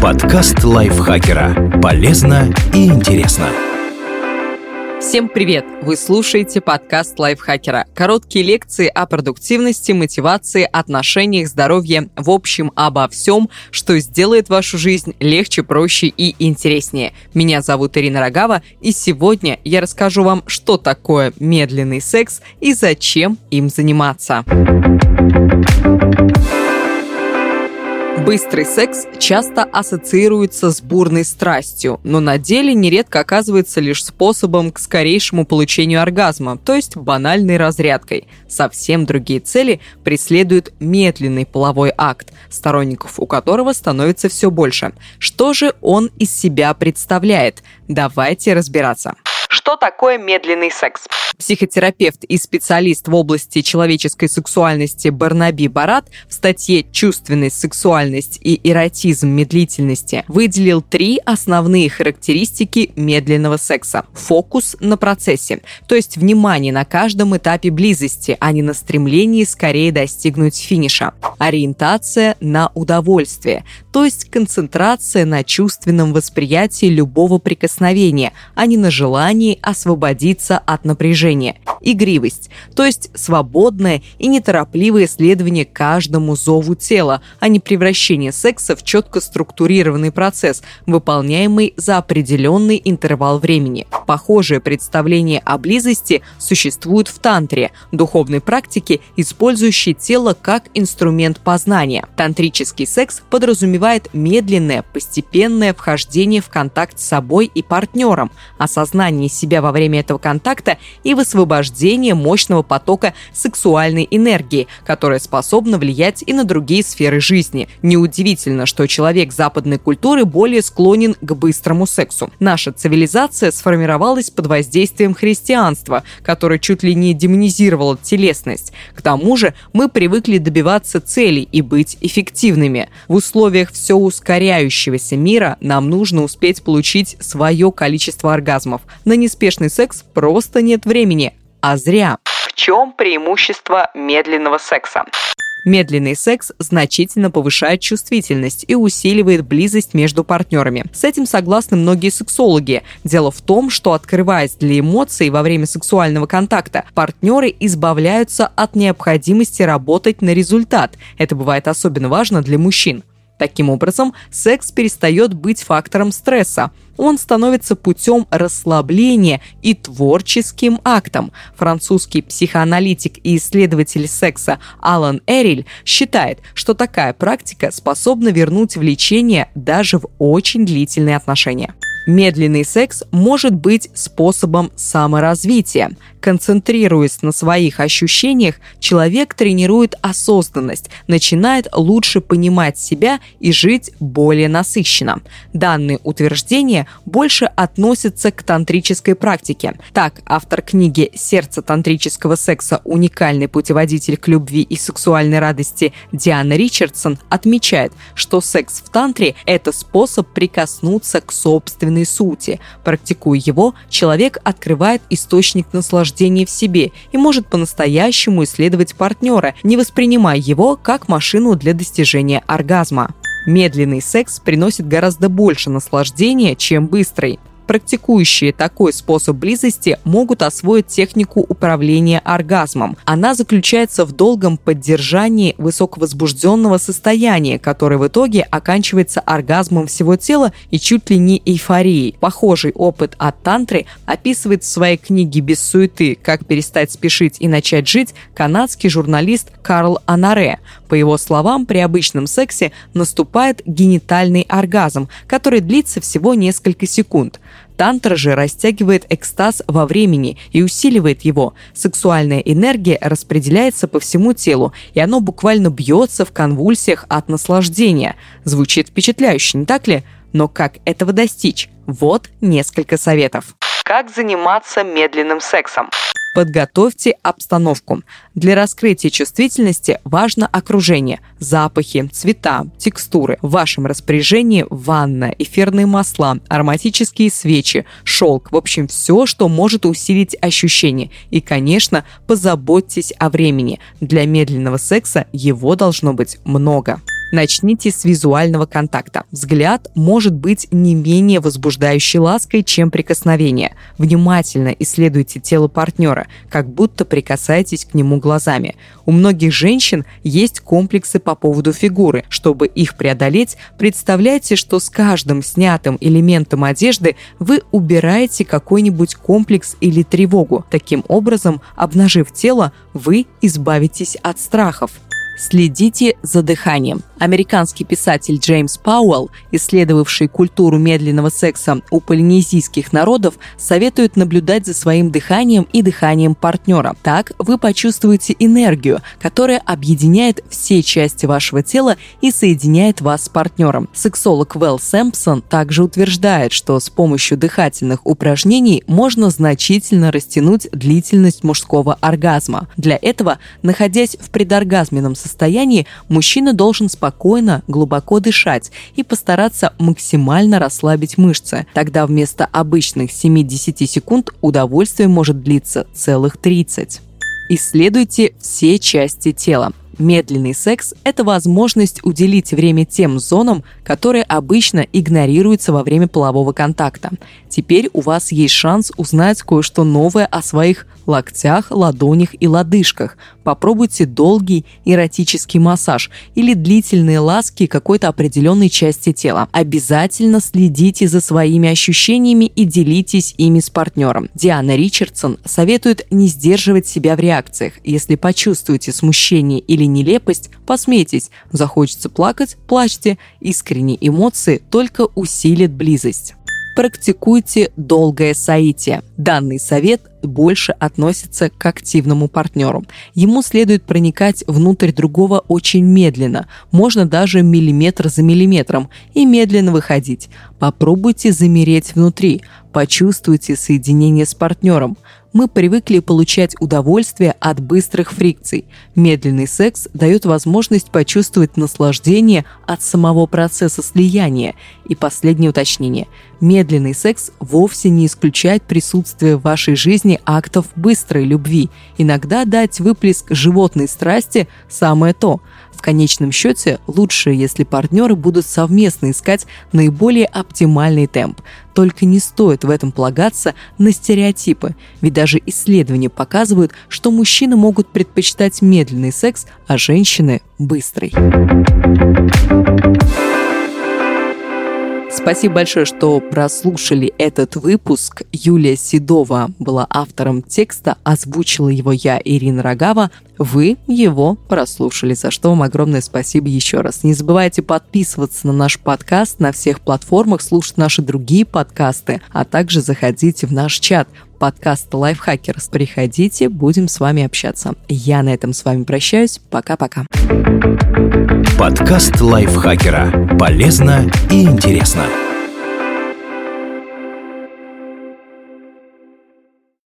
Подкаст лайфхакера. Полезно и интересно. Всем привет! Вы слушаете подкаст лайфхакера. Короткие лекции о продуктивности, мотивации, отношениях, здоровье, в общем, обо всем, что сделает вашу жизнь легче, проще и интереснее. Меня зовут Ирина Рогава, и сегодня я расскажу вам, что такое медленный секс и зачем им заниматься. Быстрый секс часто ассоциируется с бурной страстью, но на деле нередко оказывается лишь способом к скорейшему получению оргазма, то есть банальной разрядкой. Совсем другие цели преследует медленный половой акт, сторонников у которого становится все больше. Что же он из себя представляет? Давайте разбираться. Что такое медленный секс? Психотерапевт и специалист в области человеческой сексуальности Барнаби Барат в статье «Чувственность, сексуальность и эротизм медлительности» выделил 3 основные характеристики медленного секса. Фокус на процессе, то есть внимание на каждом этапе близости, а не на стремлении скорее достигнуть финиша. Ориентация на удовольствие, то есть концентрация на чувственном восприятии любого прикосновения, а не на желании освободиться от напряжения. Игривость, то есть свободное и неторопливое следование каждому зову тела, а не превращение секса в четко структурированный процесс, выполняемый за определенный интервал времени. Похожее представление о близости существует в тантре, духовной практике, использующей тело как инструмент познания. Тантрический секс подразумевает медленное, постепенное вхождение в контакт с собой и партнером, осознание себя во время этого контакта и высвобождение мощного потока сексуальной энергии, которая способна влиять и на другие сферы жизни. Неудивительно, что человек западной культуры более склонен к быстрому сексу. Наша цивилизация сформировалась под воздействием христианства, которое чуть ли не демонизировало телесность. К тому же мы привыкли добиваться целей и быть эффективными. В условиях все ускоряющегося мира нам нужно успеть получить свое количество оргазмов. На неспешный секс просто нет времени, а зря. В чем преимущество медленного секса? Медленный секс значительно повышает чувствительность и усиливает близость между партнерами. С этим согласны многие сексологи. Дело в том, что, открываясь для эмоций во время сексуального контакта, партнеры избавляются от необходимости работать на результат. Это бывает особенно важно для мужчин. Таким образом, секс перестает быть фактором стресса. Он становится путем расслабления и творческим актом. Французский психоаналитик и исследователь секса Алан Эриль считает, что такая практика способна вернуть влечение даже в очень длительные отношения. Медленный секс может быть способом саморазвития. Концентрируясь на своих ощущениях, человек тренирует осознанность, начинает лучше понимать себя и жить более насыщенно. Данные утверждения больше относятся к тантрической практике. Так, автор книги «Сердце тантрического секса. Уникальный путеводитель к любви и сексуальной радости» Диана Ричардсон отмечает, что секс в тантре – это способ прикоснуться к собственной сути. Практикуя его, человек открывает источник наслаждения в себе и может по-настоящему исследовать партнера, не воспринимая его как машину для достижения оргазма. Медленный секс приносит гораздо больше наслаждения, чем быстрый. Практикующие такой способ близости могут освоить технику управления оргазмом. Она заключается в долгом поддержании высоковозбужденного состояния, которое в итоге оканчивается оргазмом всего тела и чуть ли не эйфорией. Похожий опыт от тантры описывает в своей книге «Без суеты. Как перестать спешить и начать жить» канадский журналист Карл Анаре. По его словам, при обычном сексе наступает генитальный оргазм, который длится всего несколько секунд. Тантра же растягивает экстаз во времени и усиливает его. Сексуальная энергия распределяется по всему телу, и оно буквально бьется в конвульсиях от наслаждения. Звучит впечатляюще, не так ли? Но как этого достичь? Вот несколько советов. Как заниматься медленным сексом? Подготовьте обстановку. Для раскрытия чувствительности важно окружение, запахи, цвета, текстуры. В вашем распоряжении ванна, эфирные масла, ароматические свечи, шелк. В общем, все, что может усилить ощущение. И, конечно, позаботьтесь о времени. Для медленного секса его должно быть много. Начните с визуального контакта. Взгляд может быть не менее возбуждающей лаской, чем прикосновение. Внимательно исследуйте тело партнера, как будто прикасаетесь к нему глазами. У многих женщин есть комплексы по поводу фигуры. Чтобы их преодолеть, представляйте, что с каждым снятым элементом одежды вы убираете какой-нибудь комплекс или тревогу. Таким образом, обнажив тело, вы избавитесь от страхов. Следите за дыханием. Американский писатель Джеймс Пауэлл, исследовавший культуру медленного секса у полинезийских народов, советует наблюдать за своим дыханием и дыханием партнера. Так вы почувствуете энергию, которая объединяет все части вашего тела и соединяет вас с партнером. Сексолог Вэл Сэмпсон также утверждает, что с помощью дыхательных упражнений можно значительно растянуть длительность мужского оргазма. Для этого, находясь в предоргазменном состоянии, мужчина должен спокойно, глубоко дышать и постараться максимально расслабить мышцы. Тогда вместо обычных 7-10 секунд удовольствие может длиться целых 30. Исследуйте все части тела. Медленный секс – это возможность уделить время тем зонам, которые обычно игнорируются во время полового контакта. Теперь у вас есть шанс узнать кое-что новое о своих локтях, ладонях и лодыжках. Попробуйте долгий эротический массаж или длительные ласки какой-то определенной части тела. Обязательно следите за своими ощущениями и делитесь ими с партнером. Диана Ричардсон советует не сдерживать себя в реакциях. Если почувствуете смущение или нелепость, посмейтесь. Захочется плакать – плачьте. Искренние эмоции только усилят близость. Практикуйте долгое соитие. Данный совет больше относится к активному партнеру. Ему следует проникать внутрь другого очень медленно, можно даже миллиметр за миллиметром, и медленно выходить. Попробуйте замереть внутри, почувствуйте соединение с партнером. Мы привыкли получать удовольствие от быстрых фрикций. Медленный секс дает возможность почувствовать наслаждение от самого процесса слияния. И последнее уточнение. Медленный секс вовсе не исключает присутствие в вашей жизни актов быстрой любви. Иногда дать выплеск животной страсти – самое то. В конечном счете, лучше, если партнеры будут совместно искать наиболее оптимальный темп. Только не стоит в этом полагаться на стереотипы, ведь даже исследования показывают, что мужчины могут предпочитать медленный секс, а женщины – быстрый. Спасибо большое, что прослушали этот выпуск. Юлия Седова была автором текста, озвучила его я, Ирина Рогава. Вы его прослушали, за что вам огромное спасибо еще раз. Не забывайте подписываться на наш подкаст на всех платформах, слушать наши другие подкасты, а также заходите в наш чат подкаста Lifehackers. Приходите, будем с вами общаться. Я на этом с вами прощаюсь. Пока-пока. Подкаст Лайфхакера. Полезно и интересно.